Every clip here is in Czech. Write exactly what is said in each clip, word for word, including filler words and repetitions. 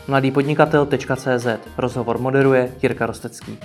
mladý podnikatel tečka cé zet. Rozhovor moderuje Jirka Rostecký.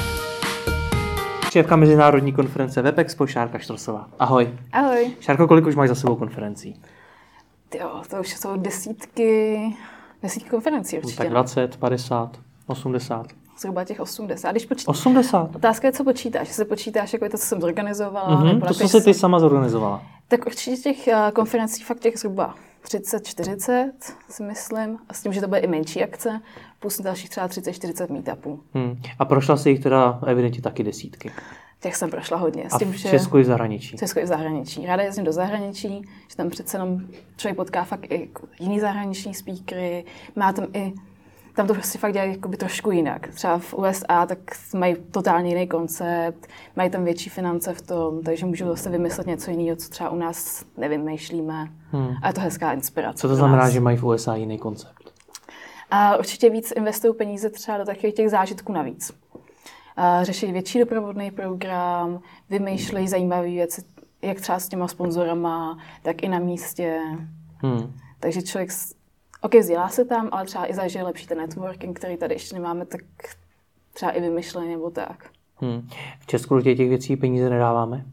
Šéfka mezinárodní konference WebExpo Šárka Štrosová. Ahoj. Ahoj. Šárko, kolik už máš za sebou konferencí? Jo, to už jsou desítky, desítky konferencí určitě. Tak dvacet, padesát, osmdesát. Zhruba těch osmdesát. Když počít... osmdesát? Otázka je, co počítáš. Jestli počítáš jako to, co jsem zorganizovala. Mm-hmm, nebo to, co jsi ty sama zorganizovala. Tak určitě těch uh, konferencí fakt těch zhruba třicet čtyřicet, si myslím. A s tím, že to bude i menší akce, plus dalších třeba třicet čtyřicet meetupů. Hmm. A prošla jsi jich teda evidentně taky desítky. Těch jsem prošla hodně. S a tím, v že... Česku i v zahraničí. V Česku i v zahraničí. Ráda jezdím do zahraničí, že tam přece jenom člověk potká fakt i jiný zahraniční speakery. Má tam i Tam to prostě fakt dělají jakoby trošku jinak. Třeba v U S A tak mají totálně jiný koncept, mají tam větší finance v tom, takže můžou zase vymyslet něco jiného, co třeba u nás nevymýšlíme. Hmm. A je to hezká inspirace. Co to znamená, že mají v U S A jiný koncept? A určitě víc investují peníze třeba do takových těch zážitků navíc. A řeší větší doprovodný program, vymýšlejí zajímavé věci, jak třeba s těma sponzorama, tak i na místě. Hmm. Takže člověk OK, vzdělá se tam, ale třeba i zažije lepší ten networking, který tady ještě nemáme, tak třeba i vymyšlený nebo tak. Hmm. V Česku těch věcí peníze nedáváme?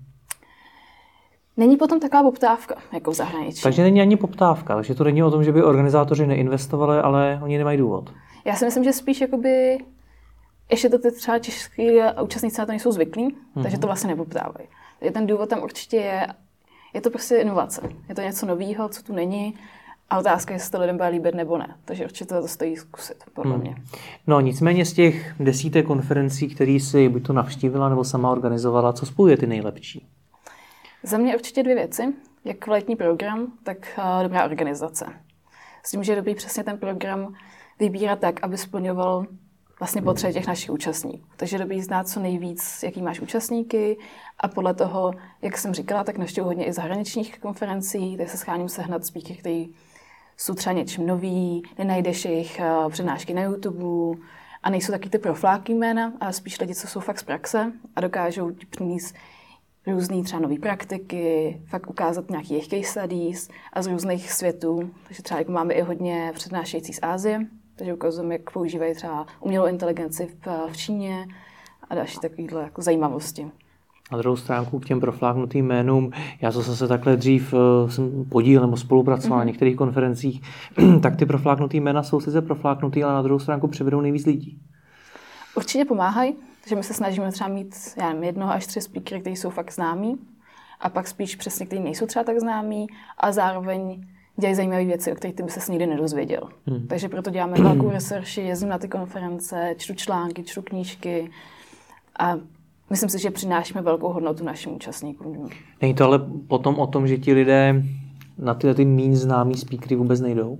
Není potom taková poptávka, jako v zahraničí. Takže není ani poptávka, takže to není o tom, že by organizátoři neinvestovali, ale oni nemají důvod. Já si myslím, že spíš jakoby, ještě to ty třeba český účastníci na to nejsou zvyklí, hmm. takže to vlastně nepoptávají. Takže ten důvod tam určitě je, je to prostě inovace. Je to něco nového, co tu není. A otázka je, jestli to lidem bude líbit nebo ne. Takže určitě to stojí zkusit, podle mě. Hmm. No nicméně z těch desítek konferencí, které si buď to navštívila nebo sama organizovala, co spojuje ty nejlepší? Za mě určitě dvě věci. Jak kvalitní program, tak uh, dobrá organizace. S tím, že je dobrý přesně ten program vybírat tak, aby splňoval vlastně potřeby těch našich účastníků. Takže je dobrý znát co nejvíc, jaký máš účastníky a podle toho, jak jsem říkala, tak navštěvuji hodně i zahraničních konferencí, tak se scháním sehnat speakery, který jsou třeba něčím nový, nenajdeš jejich uh, přednášky na YouTube a nejsou taky ty profláky jména, ale spíš lidi, co jsou fakt z praxe a dokážou přinést různý třeba nový praktiky, fakt ukázat nějaký jejich case studies a z různých světů. Takže třeba jako máme i hodně přednášející z Asie, takže ukazujeme, jak používají třeba umělou inteligenci v, v Číně a další takovéhle jako zajímavosti. Na druhou stránku k těm profláknutým jménům, já co jsem se takhle dřív uh, jsem podílel nebo spolupracoval mm-hmm. na některých konferencích, tak ty profláknutý jména jsou sice profláknutý, ale na druhou stránku přivedou nejvíc lidí. Určitě pomáhají, takže my se snažíme třeba mít já nevím, jednoho až tři speakery, kteří jsou fakt známí a pak spíš přesně, kteří nejsou třeba tak známí a zároveň dělají zajímavé věci, o kterých ty by ses nikdy nedozvěděl. Hmm. Takže proto děláme velkou research, jezdím na ty konference, čtu články, čtu knížky a myslím si, že přinášíme velkou hodnotu našim účastníkům. Není to ale potom o tom, že ti lidé na tyhle ty méně známý speakery vůbec nejdou?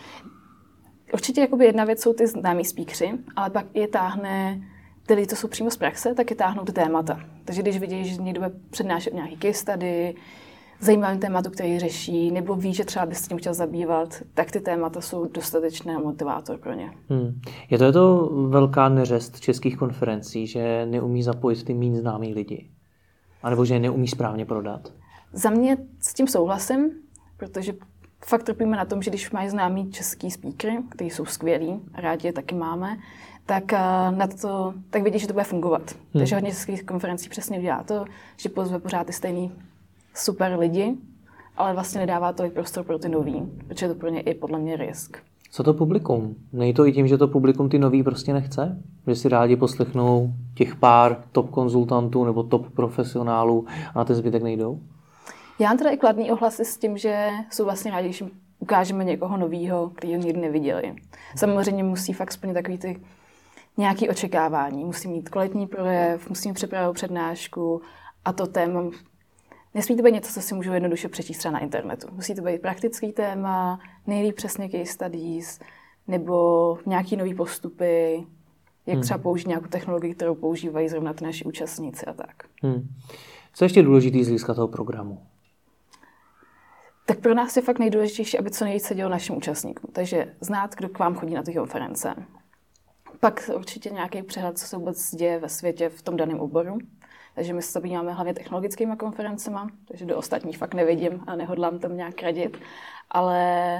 Určitě jakoby jedna věc jsou ty známí speakeři, ale pak je táhne, ty lidi, co jsou přímo z praxe, tak je táhnou ty témata. Takže když vidíš, že někdo bude přednášet nějaký case study, zajímavý tématu, který řeší, nebo ví, že třeba bys s tím chtěl zabývat, tak ty témata jsou dostatečný motivátor pro ně. Hmm. Je to, je to velká neřest českých konferencí, že neumí zapojit ty méně známý lidi? A nebo že je neumí správně prodat? Za mě s tím souhlasím, protože fakt trpíme na tom, že když mají známý český speakery, kteří jsou skvělí, rádi je taky máme, tak na to, tak vidíš, že to bude fungovat. Hmm. Takže hodně českých konferencí přesně udělá to, že pozve pořád ty stejný super lidi, ale vlastně nedává tolik prostor pro ty nový, protože to pro ně je podle mě risk. Co to publikum? Není to i tím, že to publikum ty nový prostě nechce? Že si rádi poslechnou těch pár top konzultantů nebo top profesionálů a na ten zbytek nejdou? Já mám teda i kladný ohlasy s tím, že jsou vlastně rádi, když ukážeme někoho novýho, který ho nikdy neviděli. Samozřejmě musí fakt splnit takový ty nějaké očekávání. Musí mít kvalitní projev, musí mít připravenou přednášku a to téma nesmí to být něco, co si můžu jednoduše přečíst třeba na internetu. Musí to být praktický téma, nejlíp přesně case studies, nebo nějaký nový postupy, jak třeba použít nějakou technologii, kterou používají zrovna ty naši účastníci a tak. Hmm. Co ještě důležitý z hlediska toho programu? Tak pro nás je fakt nejdůležitější, aby co nejvíce dělo našim účastníkům. Takže znát, kdo k vám chodí na ty konference. Pak určitě nějaký přehled, co se vůbec děje ve světě v tom daném oboru. Takže my se zabýváme hlavně technologickými konferencemi, takže do ostatních fakt nevidím a nehodlám tam nějak radit. Ale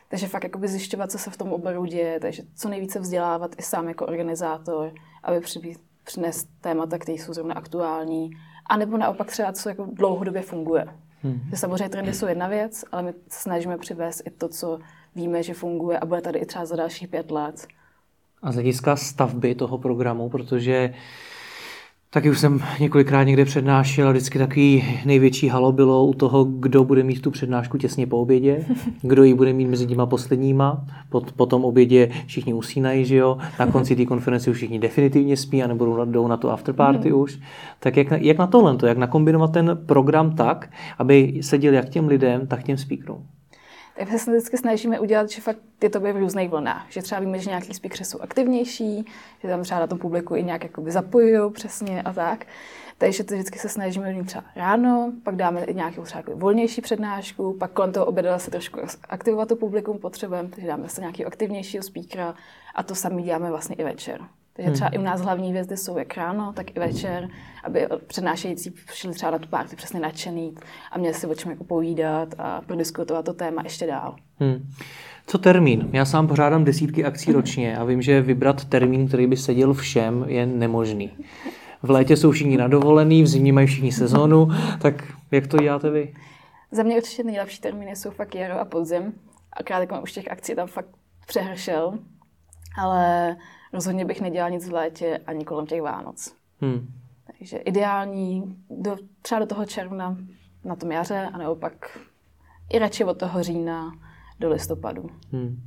Takže fakt jakoby zjišťovat, co se v tom oboru děje, takže co nejvíce vzdělávat i sám jako organizátor, aby přinést témata, které jsou zrovna aktuální, a nebo naopak třeba, co jako dlouhodobě funguje. Hmm. Že samozřejmě trendy jsou jedna věc, ale my se snažíme přivést i to, co víme, že funguje a bude tady i třeba za dalších pět let. A z hlediska stavby toho programu, protože taky už jsem několikrát někde přednášel a vždycky takový největší halo bylo u toho, kdo bude mít tu přednášku těsně po obědě, kdo ji bude mít mezi těma posledníma, po, po tom obědě všichni usínají, že jo, na konci té konference už všichni definitivně spí a nebo jdou na to afterparty mm. už. Tak jak, jak na tohle, jak nakombinovat ten program tak, aby seděl jak těm lidem, tak těm speakerům? Tak se vždycky snažíme udělat, že fakt je to v různých vlnách. Že třeba víme, že nějaký speakeři jsou aktivnější, že tam třeba na tom publiku i nějak jakoby zapojují přesně a tak. Takže to vždycky se snažíme mít třeba ráno, pak dáme i nějakou třeba volnější přednášku, pak kolem toho oběda se trošku aktivovat to publikum potřebujeme, takže dáme se nějakého aktivnějšího speakera a to samý děláme vlastně i večer. Takže třeba hmm. i u nás hlavní hvězdy jsou jak ráno, tak i večer, aby přednášející šli třeba na tu party přesně nadšený a měli si o čem jako povídat a prodiskutovat to téma ještě dál. Hmm. Co termín? Já sám pořádám desítky akcí ročně a vím, že vybrat termín, který by seděl všem, je nemožný. V létě jsou všichni na dovolený, v zimě mají všichni sezónu, tak jak to děláte vy? Za mě určitě nejlepší termíny jsou fakt jaro a podzim. Akorát jako už těch akcí tam fakt přehršel, ale rozhodně bych nedělala nic v létě ani kolem těch Vánoc. Hmm. Takže ideální do, třeba do toho června na tom jaře, anebo pak i radši od toho října do listopadu. Hmm.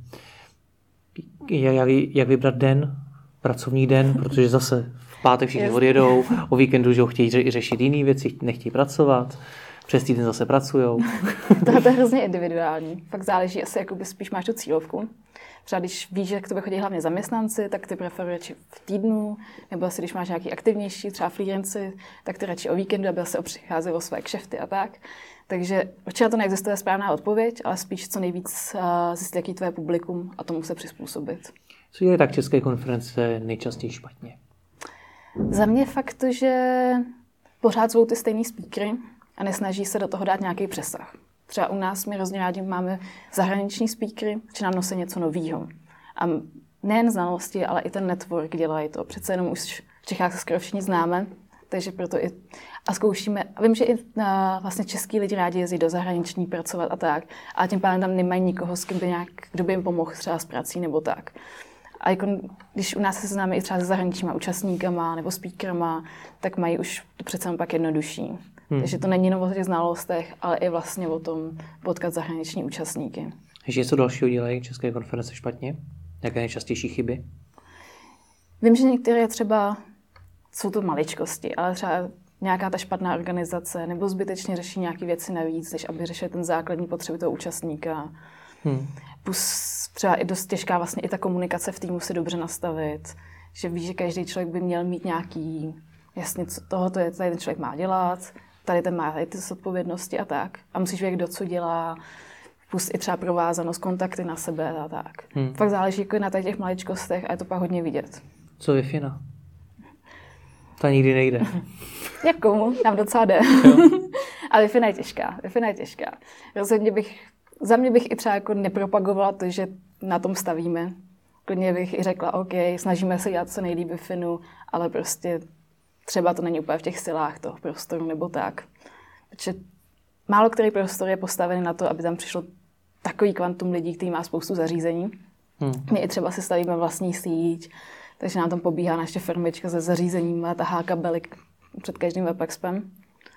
Jak, jak vybrat den, pracovní den, protože zase v pátek všichni odjedou, o víkendu že chtějí ře- řešit jiné věci, nechtějí pracovat, přes týden zase pracujou. Tohle je hrozně individuální. Fakt záleží asi, jakoby spíš máš tu cílovku. Třeba když víš, že k tobě chodí hlavně zaměstnanci, tak ty preferuješ v týdnu, nebo asi když máš nějaký aktivnější, třeba freelanci, tak ty radši o víkendu, aby se přicházeli o své kšefty a tak. Takže určitě to neexistuje správná odpověď, ale spíš co nejvíc zjistit, jaký tvoje publikum a tomu se přizpůsobit. Co je tak české konference nejčastěji špatně? Za mě fakt to, že pořád zvou ty stejný speakery a nesnaží se do toho dát nějaký přesah. Třeba u nás my hrozně rádi máme zahraniční speakery, že nám nosí něco novýho. A nejen znalosti, ale i ten network dělají to. Přece jenom už v Čechách se skoro všichni známe, takže proto i a zkoušíme. A vím, že i na, vlastně český lidi rádi jezdí do zahraniční pracovat a tak, ale tím pádem tam nemají nikoho, s kým by nějak, kdo by jim pomohl třeba s prací nebo tak. A jako, když u nás se známe i třeba se zahraničníma účastníkama nebo speakerama, tak mají už to přece pak jednodušší. Hmm. Takže to není jenom o těch znalostech, ale i vlastně o tom potkat zahraniční účastníky. Ještě něco dalšího dělají české konference špatně? Jaké nejčastější chyby? Vím, že některé třeba jsou to maličkosti, ale třeba nějaká ta špatná organizace nebo zbytečně řeší nějaké věci navíc, než aby řešil ten základní potřeby toho účastníka. Hmm. Plus třeba i dost těžká vlastně i ta komunikace v týmu si dobře nastavit, že víš, že každý člověk by měl mít nějaký, jasně, co tohoto je, tady ten člověk má dělat, tady ten má tady ty zodpovědnosti a tak. A musíš vědět, kdo co dělá, plus i třeba provázanost, kontakty na sebe a tak. Hmm. Fakt záleží jako na těch maličkostech a je to pak hodně vidět. Co Wi-Fi? Ta nikdy nejde. Jak komu? Nám docela jde. Ale Wi-Fi je těžká. Wi-Fi je těžká. Rozhodně bych, za mě bych i třeba jako nepropagovala to, že na tom stavíme. Klidně bych i řekla, OK, snažíme se dělat co nejlíp Wi-Fi, ale prostě třeba to není úplně v těch silách toho prostoru nebo tak. Protože málo který prostor je postavený na to, aby tam přišlo takový kvantum lidí, který má spoustu zařízení. Hmm. My i třeba si stavíme vlastní síť, takže nám tam pobíhá naše firmička se zařízením a tahá kabely před každým webexpem.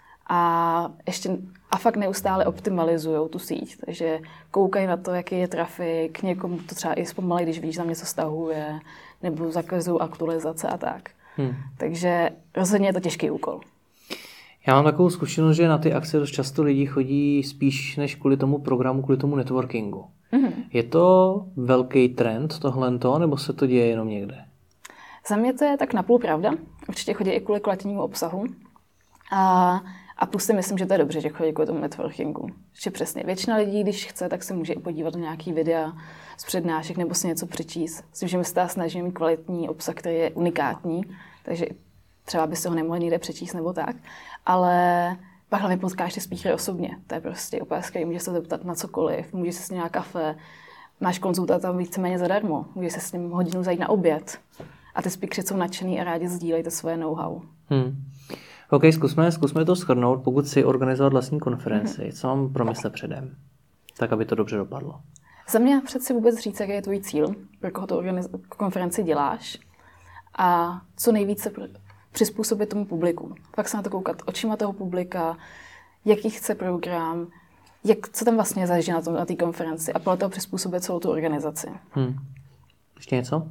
A ještě a fakt neustále optimalizujou tu síť, takže koukají na to, jaký je trafik, někomu to třeba i zpomalí, když vidíš, tam něco stahuje, nebo zakazují aktualizace a tak. Hmm. Takže rozhodně je to těžký úkol. Já mám takovou zkušenost, že na ty akce dost často lidi chodí spíš než kvůli tomu programu, kvůli tomu networkingu. Mm-hmm. Je to velký trend tohleto, nebo se to děje jenom někde? Za mě to je tak napůl pravda. Určitě chodí i kvůli kvalitnímu obsahu. A, a plus si myslím, že to je dobře, že chodí kvůli tomu networkingu. Že přesně většina lidí, když chce, tak se může i podívat na nějaký videa z přednášek nebo si něco přečíst. Myslím, že my se snažíme mít kvalitní obsah, který je unikátní, takže třeba by se ho nemohli někde přečíst nebo tak. Ale pak hlavně potkáš ty speakery osobně. To je prostě úplně skvělé. Můžeš se zeptat na cokoliv, můžeš se s ním na kafe, máš konzultanta víceméně zadarmo, můžeš se s ním hodinu zajít na oběd a ty speakeři jsou nadšený a rádi sdílejí to svoje know-how. Hmm. OK, zkusme, zkusme to shrnout, pokud si organizovat vlastní konferenci, hmm. co mám promyslet předem, tak aby to dobře dopadlo. Za mě přeci vůbec říct, jaký je tvůj cíl, pro koho tu organiz- konferenci děláš a co nejvíce pr- přizpůsobit tomu publiku. Pak se na to koukat očima toho publika, jaký chce program, jak, co tam vlastně zažije na té na konferenci a podle toho přizpůsobit celou tu organizaci. Hmm. Ještě něco?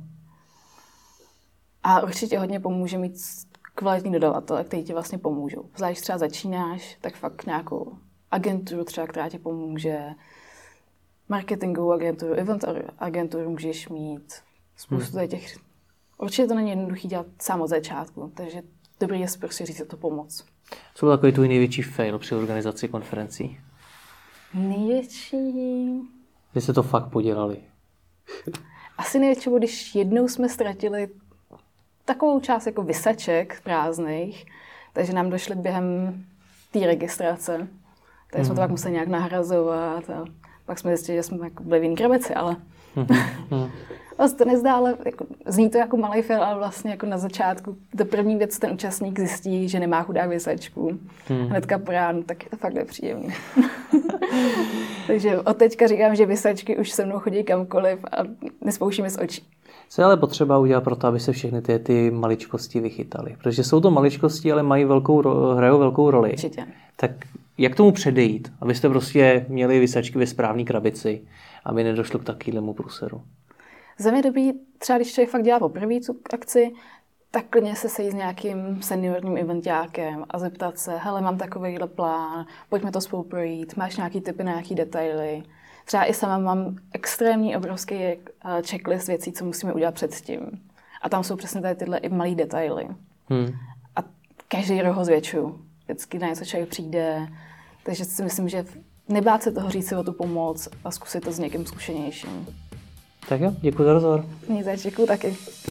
A určitě hodně pomůže mít kvalitní dodavatele, kteří ti vlastně pomůžou. Zvlášť když třeba začínáš, tak fakt nějakou agenturu třeba, která ti pomůže, marketingovou agenturu, event agenturu můžeš mít, spoustu hmm. těch. Určitě to není jednoduchý dělat sám od začátku, takže dobrý je prostě říct to pomoc. Co byl takový tvůj největší fail při organizaci konferencí? Největší... Vy jste to fakt podělali. Asi největší, když jednou jsme ztratili takovou část jako vysaček prázdných, takže nám došly během té registrace. Takže mm. jsme to pak museli nějak nahrazovat a pak jsme zjistili, že jsme jako byli v jiný krabici, ale mm. vlastně to nezdá, ale jako, zní to jako malý fail, ale vlastně jako na začátku to první věc, ten účastník zjistí, že nemá chudák vysačku. Mm. Hnedka po ránu, tak je to fakt nepříjemné. Takže od teďka říkám, že vysačky už se mnou chodí kamkoliv a nespouštíme z očí. Co je ale potřeba udělat pro to, aby se všechny ty, ty maličkosti vychytaly? Protože jsou to maličkosti, ale mají velkou, hrajou velkou roli. Určitě. Tak jak tomu předejít, abyste prostě měli vysačky ve správné krabici, aby nedošlo k takovému průseru? Za mě dobrý, třeba když člověk fakt dělá poprvé tu akci, tak klidně se sejít s nějakým seniorním eventákem a zeptat se, hele, mám takovýhle plán, pojďme to spolu projít, máš nějaký tipy na nějaký detaily. Třeba i sama mám extrémní obrovský checklist věcí, co musíme udělat předtím. A tam jsou přesně tady tyhle i malý detaily. Hmm. A každý rok ho zvětšuju. Vždycky na něco člověk přijde. Takže si myslím, že nebát se toho říct si o tu pomoc a zkusit to s někým zkušenějším. Tak jo, děkuji za rozhovor. Nic, děkuji taky.